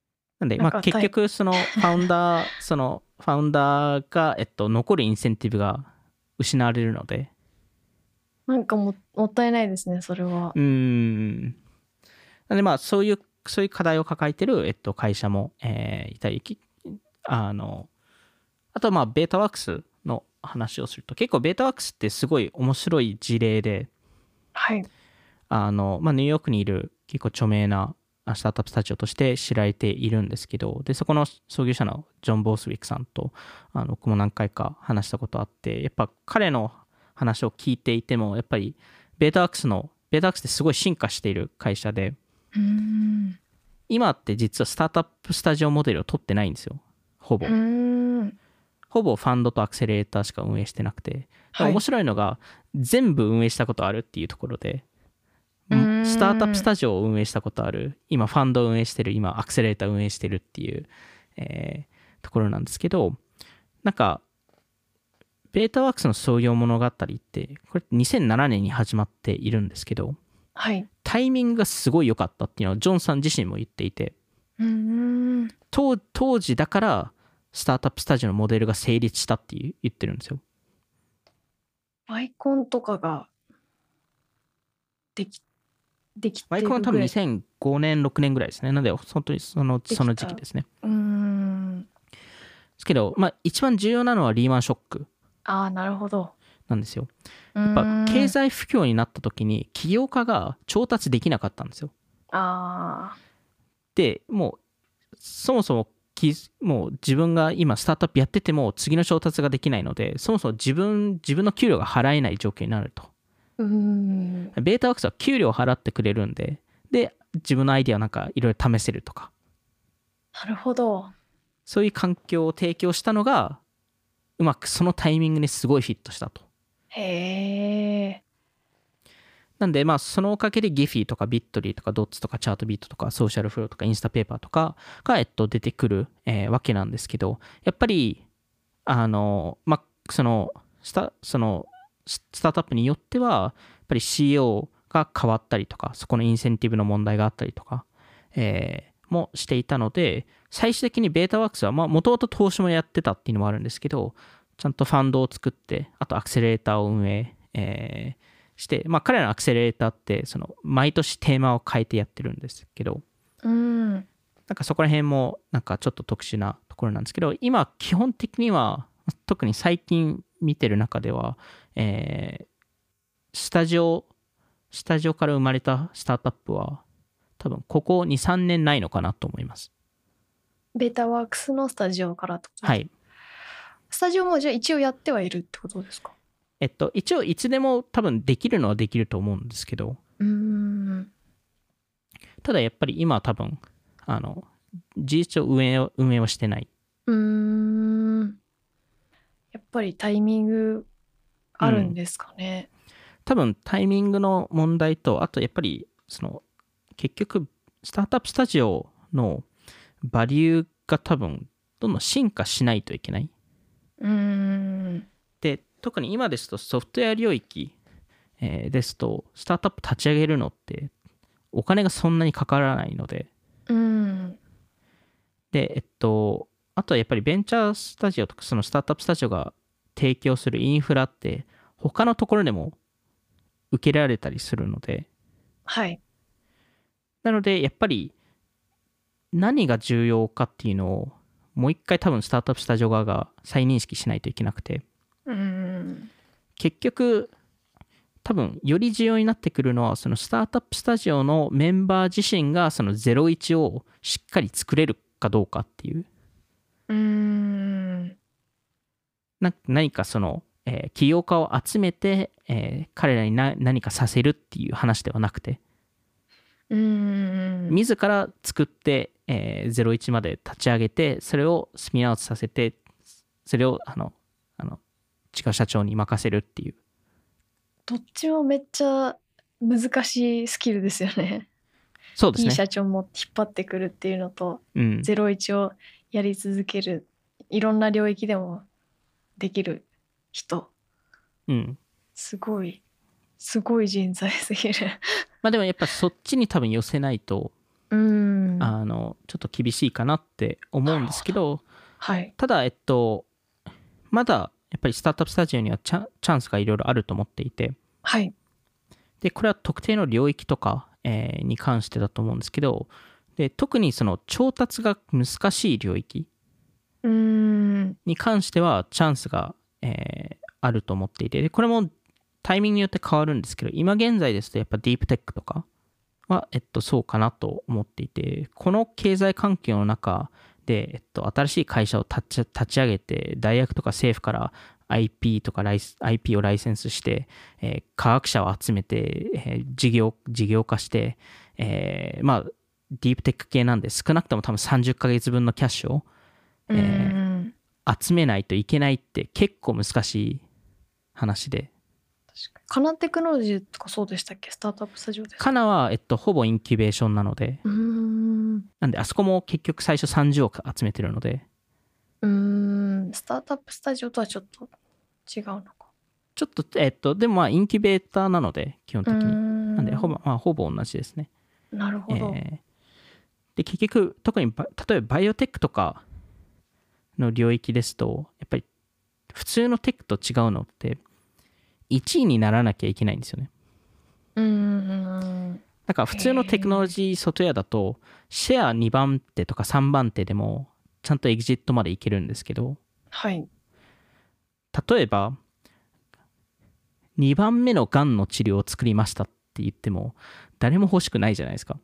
なんで、まあ、結局そのファウンダーそのファウンダーが、えっと、残るインセンティブが失われるので、 なんか も, もったいないですねそれは。 うーんなんでまあそういうそういう課題を抱えてる、えっと、会社も、えーいたり、あのあとはまあベータワークスの話をすると、結構ベータワークスってすごい面白い事例で、 はい。 あの、まあ、ニューヨークにいる結構著名なスタートアップスタジオとして知られているんですけど、でそこの創業者のジョン・ボースウィックさんとあの僕も何回か話したことあって、やっぱ彼の話を聞いていても、やっぱりベータワークスのベータワークスってすごい進化している会社で、 うーん今って実はスタートアップスタジオモデルを取ってないんですよ、ほぼ。 うーんほぼファンドとアクセレーターしか運営してなくて、 はい面白いのが全部運営したことあるっていうところで、 うーんスタートアップスタジオを運営したことある、今ファンドを運営してる、今アクセレーターを運営してるっていう、えーところなんですけど、なんかベータワークスの創業物語ってこれにせんななねんに始まっているんですけど、 はいタイミングがすごい良かったっていうのはジョンさん自身も言っていて、 うーん当当時だからスタートアップスタジオのモデルが成立したっていう言ってるんですよ。 ワイコンとかができできてワイコンは多分にせんごねんろくねんぐらいですね。なので本当にそのその時期ですね。 うーんですけど、まあ、一番重要なのはリーマンショックああなるほど。 なんですよ。 ややっぱ経済不況になった時に起業家が調達できなかったんですよ。 あでもうそもそもきもう自分が今スタートアップやってても次の調達ができないので、そもそも自分自分の給料が払えない状況になると。 ーうーんベータワークスは給料を払ってくれるんで、で自分のアイディアをなんかいろいろ試せるとか、 なるほど。 そういう環境を提供したのがうまくそのタイミングにすごいフィットしたと。 へえなんでまあそのおかげでギフィーとかビットリーとかドッツとかチャートビットとかソーシャルフローとかインスタペーパーとかが、えっと、出てくる、えーわけなんですけど、やっぱりあのまあそのスタそのスタートアップによってはやっぱり シーイーオー が変わったりとか、そこのインセンティブの問題があったりとか、えーもしていたので、最終的にベータワークスはもともと投資もやってたっていうのもあるんですけど、ちゃんとファンドを作って、あとアクセレーターを運営、えーして、まあ、彼らのアクセレーターってその毎年テーマを変えてやってるんですけど、 うーんなんかそこら辺もなんかちょっと特殊なところなんですけど、今基本的には特に最近見てる中では、えースタジオスタジオから生まれたスタートアップは多分ここにさんねんないのかなと思います。 ベータワークスのスタジオからってことですか。 はい。 スタジオもじゃあ一応やってはいるってことですか。 えっと一応いつでも多分できるのはできると思うんですけど、 うーんただやっぱり今は多分あの事実上運営を運営はしてない。 うーんやっぱりタイミングあるんですかね。 多分タイミングの問題と、あとやっぱりその結局スタートアップスタジオのバリューが多分どんどん進化しないといけない。 うーんで特に今ですとソフトウェア領域、えーですとスタートアップ立ち上げるのってお金がそんなにかからないので、 うーんでえっとあとはやっぱりベンチャースタジオとかそのスタートアップスタジオが提供するインフラって他のところでも受けられたりするので、 はいなのでやっぱり何が重要かっていうのをもう一回多分スタートアップスタジオ側が再認識しないといけなくて、 うーん結局多分より重要になってくるのはそのスタートアップスタジオのメンバー自身がそのゼロイチをしっかり作れるかどうかっていう、 うーんな何かその、えー起業家を集めて、えー彼らにな何かさせるっていう話ではなくて、 うーん自ら作って、えーゼロイチまで立ち上げて、それをスピンアウトさせて、それをあのあの違う社長に任せるっていう。 どっちもめっちゃ難しいスキルですよね。 そうですね。 いい社長も引っ張ってくるっていうのと、 うん、 ゼロイチをやり続ける、いろんな領域でもできる人、 うん。 すごいすごい人材すぎる。 まあでもやっぱそっちに多分寄せないと、 うーんあのちょっと厳しいかなって思うんですけど、 はい、 ただえっとまだやっぱりスタートアップスタジオにはチャチャンスがいろいろあると思っていて、 はい、 でこれは特定の領域とか、えーに関してだと思うんですけど、で特にその調達が難しい領域うーん、 に関してはチャンスが、えーあると思っていて、でこれもタイミングによって変わるんですけど、今現在ですとやっぱディープテックとかは、えっと、そうかなと思っていて、この経済環境の中で、えっと、新しい会社を立ち、立ち上げて、大学とか政府から アイピー とかライス アイピー をライセンスして、えー科学者を集めて、えー事業、事業化して、えーまあ、ディープテック系なんで、少なくとも多分さんじゅっかげつぶんのキャッシュを、 うーえん、 ー集めないといけないって結構難しい話で、 確かに。カナテクノロジーとかそうでしたっけ？スタートアップスタジオですか？ カナは、えっと、ほぼインキュベーションなので、 うーん、 なんであそこも結局最初さんじゅうおく集めてるので、 うーん、スタートアップスタジオとはちょっと違うのか。 ちょっと、えっと、でもまあインキュベーターなので、基本うー的に。なんで、ほぼ、 ん、 まあ、ほぼ同じですね。 なるほど。 えーで、結局、特にば、例えばバイオテックとかの領域ですと、やっぱり普通のテックと違うのって、いちいにならなきゃいけないんですよね。 うーん、 だから普通のテクノロジーソフトウェアだと、シェアにばん手とかさんばん手でも、ちゃんとエグジットまでいけるんですけど、 はい。 例えば、にばんめのがんの治療を作りましたって言っても、誰も欲しくないじゃないですか。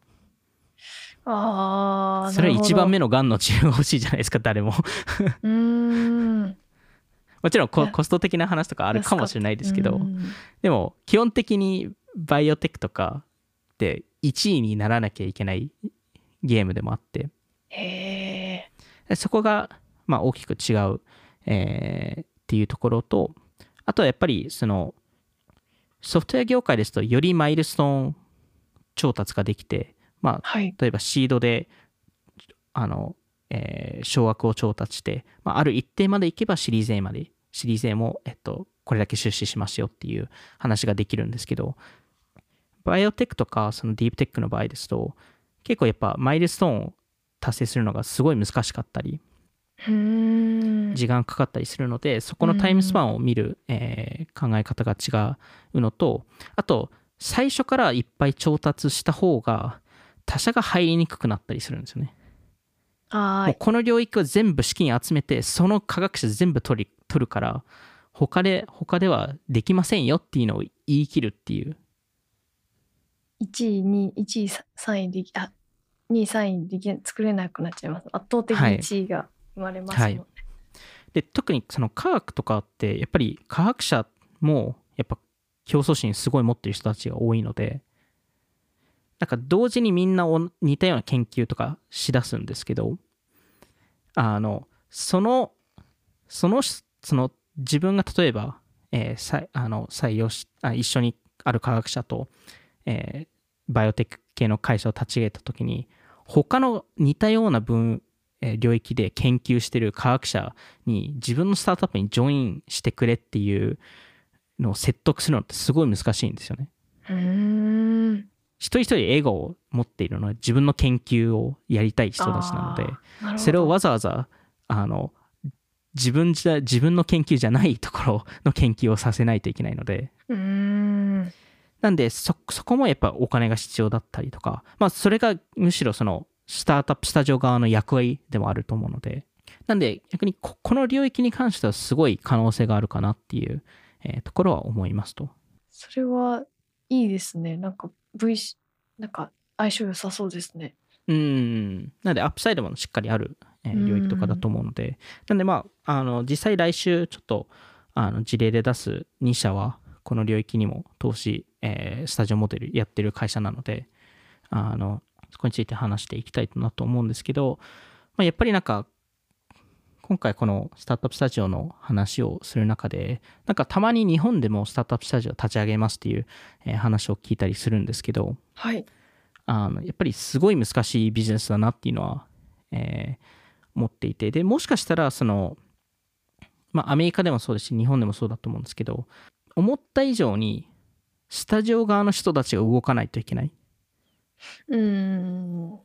ああ、 それはいちばんなるほど。 目のがんの治療が欲しいじゃないですか、誰も。 うーん、 もちろんコいやコスト的な話とかあるかもしれないですけど、 安かった。うーん、 でも基本的にバイオテックとかっていちいにならなきゃいけないゲームでもあって、 へえ、 そこがまあ大きく違う、えーっていうところと、あとはやっぱりそのソフトウェア業界ですとよりマイルストーン調達ができて、まあ、 はい。 例えばシードであの、えー少額を調達して、まあ、ある一定までいけばシリーズ A まで、シリーズ A も、えっと、これだけ出資しますよっていう話ができるんですけど、バイオテックとかそのディープテックの場合ですと、結構やっぱマイルストーンを達成するのがすごい難しかったり、 うーん、 時間かかったりするので、そこのタイムスパンを見る、えー考え方が違うのと、あと、最初からいっぱい調達した方が、他社が入りにくくなったりするんですよね。 はーい。 もうこの領域を全部資金集めて、その科学者全部取り取るから、他で、他ではできませんよっていうのを言い切るっていう。 いちい、にい、いちい、さんいでき、あ、にい、さんいでき、作れなくなっちゃいます。圧倒的にはい。 いちいが生まれますはい。 もんね。 で、特にその科学とかって、やっぱり科学者も、やっぱ競争心すごい持ってる人たちが多いので、なんか同時にみんな似たような研究とかしだすんですけど、あの、その、その、その自分が例えば、えーさあの採用しあ、一緒にある科学者と、えーバイオテック系の会社を立ち上げたときに、他の似たような分、えー領域で研究してる科学者に自分のスタートアップにジョインしてくれっていうのを説得するのってすごい難しいんですよね。 うーん。 一人一人エゴを持っているのは自分の研究をやりたい人たちなので、 ああ、なるほど。 それをわざわざあの自分じゃ自分の研究じゃないところの研究をさせないといけないので、 うーん。 なんでそそこもやっぱお金が必要だったりとか、まあそれがむしろそのスタートアップスタジオ側の役割でもあると思うので、なんで逆に こ, この領域に関してはすごい可能性があるかなっていう、えーところは思いますと。 それはいいですね。なんか V、なんか相性良さそうですね。 うーん。なので、アップサイドもしっかりある、えーう領域とかだと思うので、なんで、まあ、あの、実際来週、ちょっと、あの、事例で出すに社は、この領域にも投資、えースタジオモデルやってる会社なので、あの、そこについて話していきたいなと思うんですけど、まあ、やっぱりなんか、今回このスタートアップスタジオの話をする中で、なんかたまに日本でもスタートアップスタジオ立ち上げますっていう、えー話を聞いたりするんですけど、 はい。 あのやっぱりすごい難しいビジネスだなっていうのは、えー思っていて、でもしかしたらその、まあ、アメリカでもそうですし日本でもそうだと思うんですけど、思った以上にスタジオ側の人たちが動かないといけないっうーん。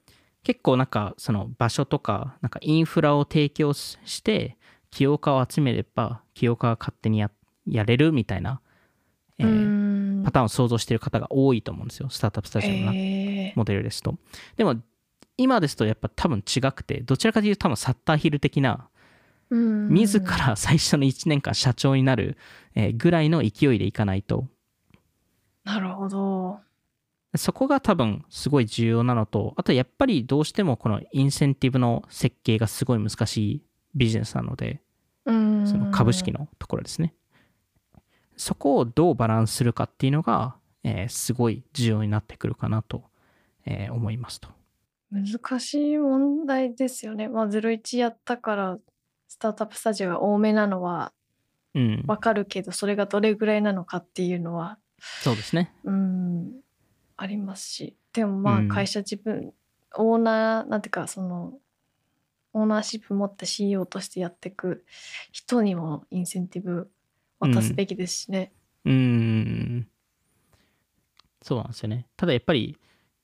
結構なんかその場所とかなんかインフラを提供して起業家を集めれば起業家が勝手に や, やれるみたいな、えー、パターンを想像している方が多いと思うんですよ、スタートアップスタジオのモデルですと。でも今ですとやっぱ多分違くて、どちらかというと多分サッターヒル的な自ら最初のいちねんかん社長になるぐらいの勢いでいかないと。 なるほど。 そこが多分すごい重要なのと、あとやっぱりどうしてもこのインセンティブの設計がすごい難しいビジネスなので、その株式のところですね。そこをどうバランスするかっていうのが、えー、すごい重要になってくるかなと、えー、思いますと。 難しい問題ですよね。まあゼロイチやったからスタートアップスタジオが多めなのは分かるけど、うん、それがどれぐらいなのかっていうのはそうですね。 うんありますし、でもまあ会社自分、うん、オーナーなんていうかそのオーナーシップ持った シーイーオー としてやっていく人にもインセンティブ渡すべきですしね。 うん、うーんそうなんですよね。ただやっぱり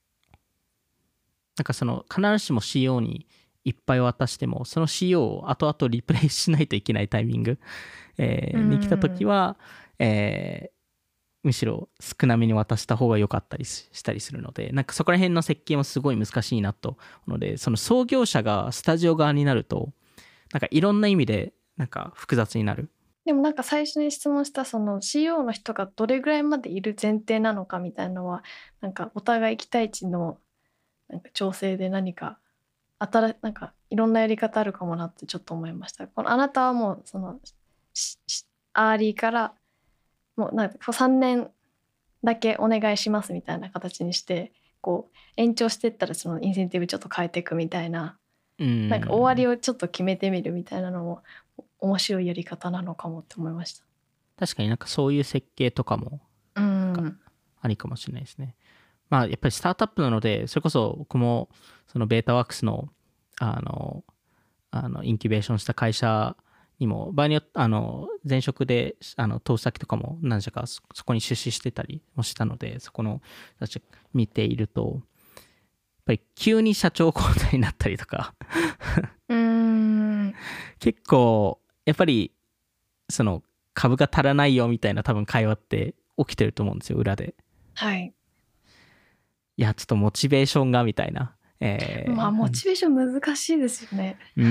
なんかその必ずしも シーイーオー にいっぱい渡しても、その シーイーオー を後々リプレイしないといけないタイミング、えー、に来た時は、えー、むしろ少なめに渡した方が良かったりしたりするので、なんかそこら辺の設計もすごい難しいなと思うので、その創業者がスタジオ側になるとなんかいろんな意味でなんか複雑になる。 でもなんか最初に質問したその シーイーオー の人がどれぐらいまでいる前提なのかみたいなのは、なんかお互い期待値のなんか調整で何か新なんかいろんなやり方あるかもなってちょっと思いました。このあなたはもうそのアーリーからもうなんかさんねんだけお願いしますみたいな形にしてこう延長していったらそのインセンティブちょっと変えていくみたいな、 うんなんか終わりをちょっと決めてみるみたいなのも面白いやり方なのかもって思いました。 確かになんかそういう設計とかもありかもしれないですね。まあやっぱりスタートアップなので、それこそ僕もそのベータワークスのあのあのインキュベーションした会社にも場合によってあの前職であの投資先とかも何社かそこに出資してたりもしたので、そこの人たち見ているとやっぱり急に社長交代になったりとかうーん結構やっぱりその株が足らないよみたいな多分会話って起きてると思うんですよ、裏で。 はい。 いやちょっとモチベーションがみたいな。えー、 まあモチベーション難しいですよね。 うん、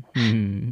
うん、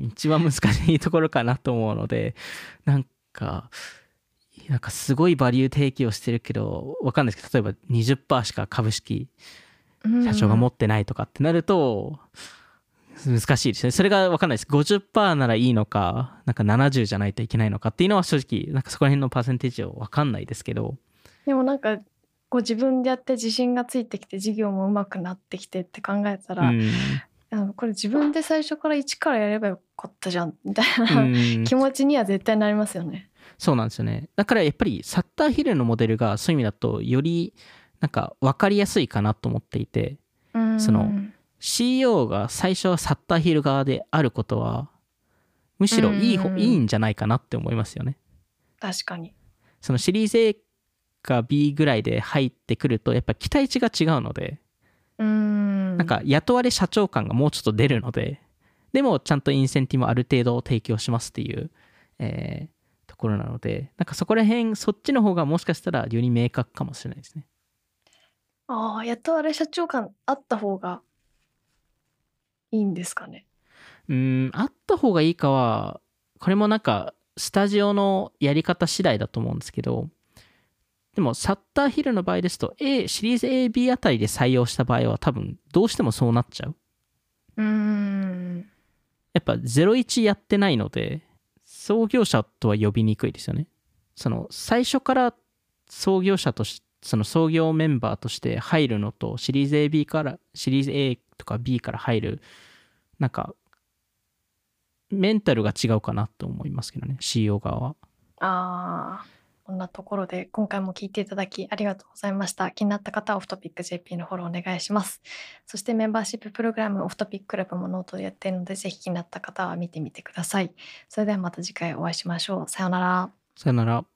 一番難しいところかなと思うので、なんかなんかすごいバリュー提供してるけどわかんないですけど、例えば にじゅっパーセント しか株式社長が持ってないとかってなると難しいですね。それがわかんないです。 ごじゅっパーセント ならいいのか、なんかななじゅうじゃないといけないのかっていうのは正直なんかそこら辺のパーセンテージはわかんないですけど、 でもなんかこう自分でやって自信がついてきて事業もうまくなってきてって考えたら、うん、あのこれ自分で最初から一からやればよかったじゃんみたいな気持ちには絶対なりますよね。 そうなんですよね。だからやっぱりサッターヒルのモデルがそういう意味だとよりなんか分かりやすいかなと思っていて、その シーイーオー が最初はサッターヒル側であることはむしろいい、いいんじゃないかなって思いますよね。 確かに。 そのシリーズ A か B ぐらいで入ってくるとやっぱ期待値が違うので、 うーんなんか雇われ社長感がもうちょっと出るので、でもちゃんとインセンティブもある程度提供しますっていう、えー、ところなので、なんかそこら辺そっちの方がもしかしたらより明確かもしれないですね。 ああ、雇われ社長感あった方がいいんですかね。 うーんあった方がいいかはこれもなんかスタジオのやり方次第だと思うんですけど、でもサッターヒルの場合ですと A シリーズ エービー あたりで採用した場合は多分どうしてもそうなっちゃう。 うーんやっぱゼロイチやってないので創業者とは呼びにくいですよね。その最初から創業者としてその創業メンバーとして入るのとシリーズ エービー からシリーズ A とか B から入るなんかメンタルが違うかなと思いますけどね、 シーイーオー 側は。 ああ、こんなところで今回も聞いていただきありがとうございました。気になった方はオフトピック ジェーピー のフォローお願いします。そしてメンバーシッププログラムオフトピッククラブもノートでやっているので、ぜひ気になった方は見てみてください。それではまた次回お会いしましょう。さようなら。 さよなら。